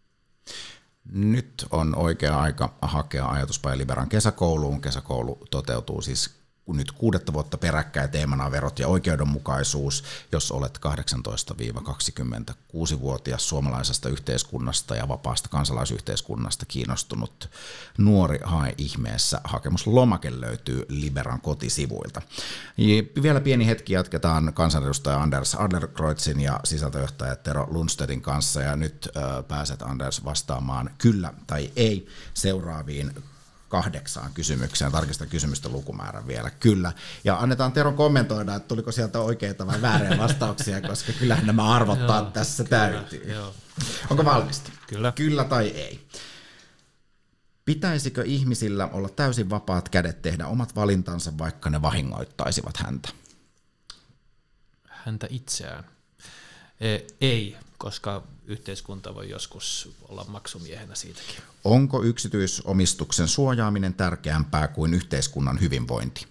Nyt on oikea aika hakea Ajatuspaja Liberan kesäkouluun. Kesäkoulu toteutuu siis nyt kuudetta vuotta peräkkäin, teemana verot ja oikeudenmukaisuus. Jos olet kahdeksantoista–kaksikymmentäkuusi-vuotias suomalaisesta yhteiskunnasta ja vapaasta kansalaisyhteiskunnasta kiinnostunut nuori, hae ihmeessä. Hakemuslomake löytyy Liberan kotisivuilta. Ja vielä pieni hetki, jatketaan kansanedustaja Anders Adlercreutzin ja sisältöjohtaja Tero Lundstedin kanssa, ja nyt äh, pääset Anders vastaamaan kyllä tai ei seuraaviin kahdeksaan kysymykseen. Tarkistan kysymysten lukumäärän vielä. Kyllä. Ja annetaan Teron kommentoida, että tuliko sieltä oikeita vai vääriä vastauksia, koska kyllähän nämä arvottaa joo, tässä täytyy. Joo. Onko valmista? Kyllä. Kyllä tai ei. Pitäisikö ihmisillä olla täysin vapaat kädet tehdä omat valintansa, vaikka ne vahingoittaisivat häntä? Häntä itseään. Ei. koska yhteiskunta voi joskus olla maksumiehenä siitäkin. Onko yksityisomistuksen suojaaminen tärkeämpää kuin yhteiskunnan hyvinvointi?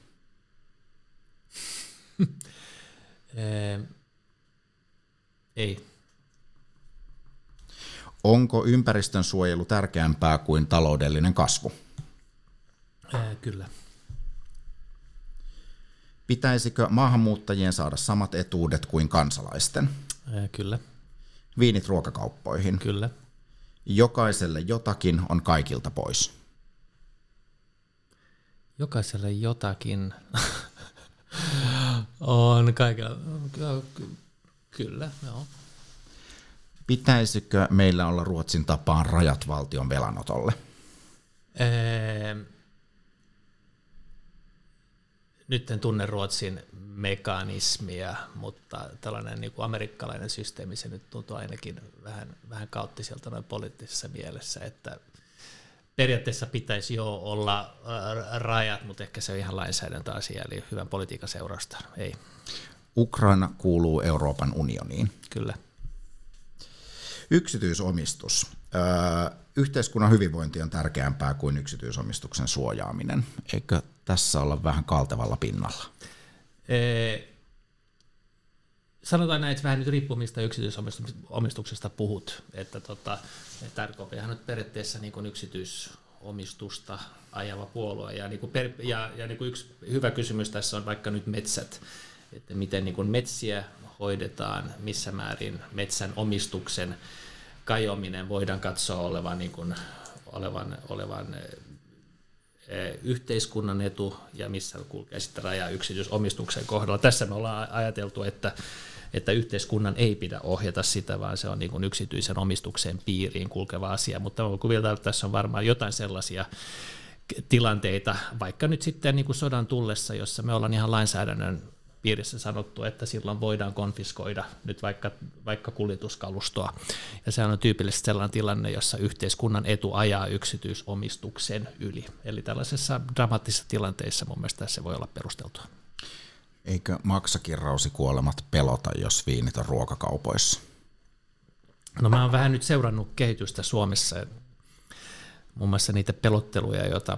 Ei. Onko ympäristön suojelu tärkeämpää kuin taloudellinen kasvu? Ää, kyllä. Pitäisikö maahanmuuttajien saada samat etuudet kuin kansalaisten? Ää, kyllä. Viinit ruokakauppoihin. Kyllä. Jokaiselle jotakin on kaikilta pois. Jokaiselle jotakin on kaikilla. Kyllä, joo. Pitäisikö meillä olla Ruotsin tapaan rajat valtion velanotolle? Ee, nyt en tunne Ruotsin mekanismia, mutta tällainen niin kuin amerikkalainen systeemi, se nyt tuntuu ainakin vähän, vähän kaoottiselta noin poliittisessa mielessä, että periaatteessa pitäisi jo olla rajat, mutta ehkä se on ihan lainsäädäntöasia, eli hyvän politiikan seurausta ei. Ukraina kuuluu Euroopan unioniin. Kyllä. Yksityisomistus. Öö, yhteiskunnan hyvinvointi on tärkeämpää kuin yksityisomistuksen suojaaminen. Eikö tässä olla vähän kaltevalla pinnalla? Ee, sanotaan näin, että vähän nyt riippuu mistä yksityisomistuksesta puhut. Että tota, että R K P on nyt periaatteessa niin kuin yksityisomistusta ajava puolue. Ja, niin kuin per, ja, ja niin kuin yksi hyvä kysymys tässä on vaikka nyt metsät. Että miten niin kuin metsiä hoidetaan, missä määrin metsän omistuksen kajominen voidaan katsoa olevan, niin kuin, olevan, olevan e, yhteiskunnan etu ja missä kulkee sitten raja yksityisomistuksen kohdalla. Tässä me ollaan ajateltu, että, että yhteiskunnan ei pidä ohjata sitä, vaan se on niin kuin yksityisen omistuksen piiriin kulkeva asia, mutta voin kuvitella, että tässä on varmaan jotain sellaisia tilanteita, vaikka nyt sitten niin kuin sodan tullessa, jossa me ollaan ihan lainsäädännön piirissä sanottu, että silloin voidaan konfiskoida nyt vaikka, vaikka kuljetuskalustoa. Ja sehän on tyypillisesti sellainen tilanne, jossa yhteiskunnan etu ajaa yksityisomistuksen yli. Eli tällaisessa dramaattisessa tilanteissa mun mielestä se voi olla perusteltua. Eikö maksakirrausikuolemat pelota, jos viinit on ruokakaupoissa? No mä oon vähän nyt seurannut kehitystä Suomessa. Muun muassa niitä pelotteluja, joita,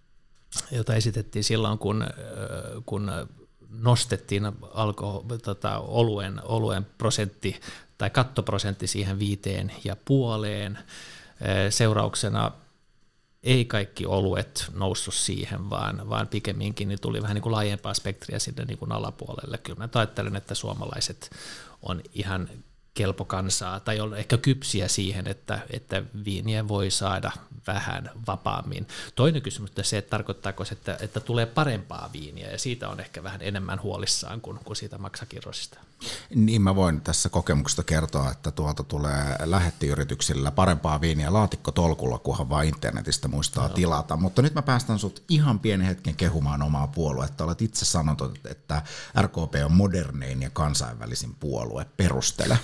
joita esitettiin silloin, kun, kun nostettiin alko, tota, oluen, oluen prosentti tai kattoprosentti siihen viiteen ja puoleen. Seurauksena ei kaikki oluet noussut siihen, vaan, vaan pikemminkin niin tuli vähän niin kuin laajempaa spektriä sinne niin kuin alapuolelle. Kyllä mä ajattelen, että suomalaiset on ihan kelpo kansaa tai on ehkä kypsiä siihen, että, että viiniä voi saada vähän vapaammin. Toinen kysymys on se, että tarkoittaako se, että, että tulee parempaa viiniä, ja siitä on ehkä vähän enemmän huolissaan kuin, kuin siitä maksakirrosista. Niin mä voin tässä kokemuksesta kertoa, että tuolta tulee lähettiyrityksillä parempaa viiniä laatikkotolkulla, kunhan vaan internetistä muistaa no. tilata. Mutta nyt mä päästän sut ihan pienen hetken kehumaan omaa puoluetta. Olet itse sanonut, että R K P on modernein ja kansainvälisin puolue. Perustele.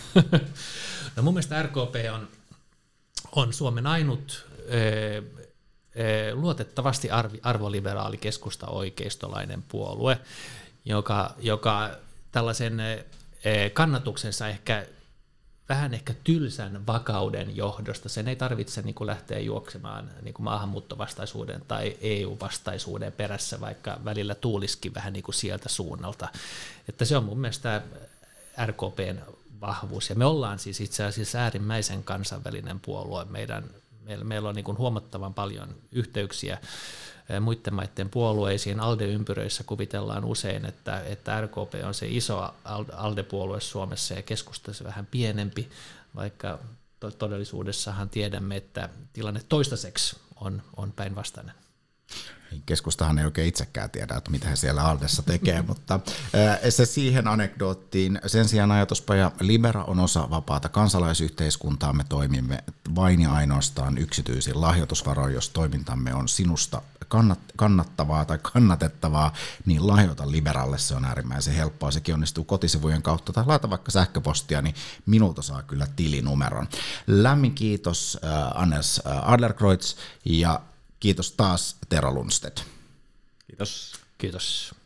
No mun mielestä R K P on, on Suomen ainut ee, ee, luotettavasti arvi, arvoliberaali keskusta oikeistolainen puolue, joka, joka tällaisen ee, kannatuksensa ehkä vähän ehkä tylsän vakauden johdosta. Sen ei tarvitse niin kuin lähteä juoksemaan niin kuin maahanmuuttovastaisuuden tai E U-vastaisuuden perässä, vaikka välillä tuulisikin vähän niin kuin sieltä suunnalta. Että se on mun mielestä R K P:n vahvuus. Ja me ollaan siis itse asiassa äärimmäisen kansainvälinen puolue. Meidän, meillä, meillä on niin kuin huomattavan paljon yhteyksiä muiden maiden puolueisiin. ALDE-ympyröissä kuvitellaan usein, että, että R K P on se iso ALDE-puolue Suomessa ja keskusta se vähän pienempi, vaikka todellisuudessahan tiedämme, että tilanne toistaiseksi on, on päinvastainen. Keskustahan ei oikein itsekään tiedä, että mitä he siellä Aldessa tekee, mutta se siihen anekdoottiin. Sen sijaan ajatuspaja Libera on osa vapaata kansalaisyhteiskuntaa. Me toimimme vain ja ainoastaan yksityisin lahjoitusvaroin. Jos toimintamme on sinusta kannattavaa tai kannatettavaa, niin lahjoita Liberalle. Se on äärimmäisen helppoa. Sekin onnistuu kotisivujen kautta tai laita vaikka sähköpostia, niin minulta saa kyllä tilinumeron. Lämmin kiitos Anders Adlercreutz ja kiitos taas Tero Lundstedt. Kiitos. Kiitos.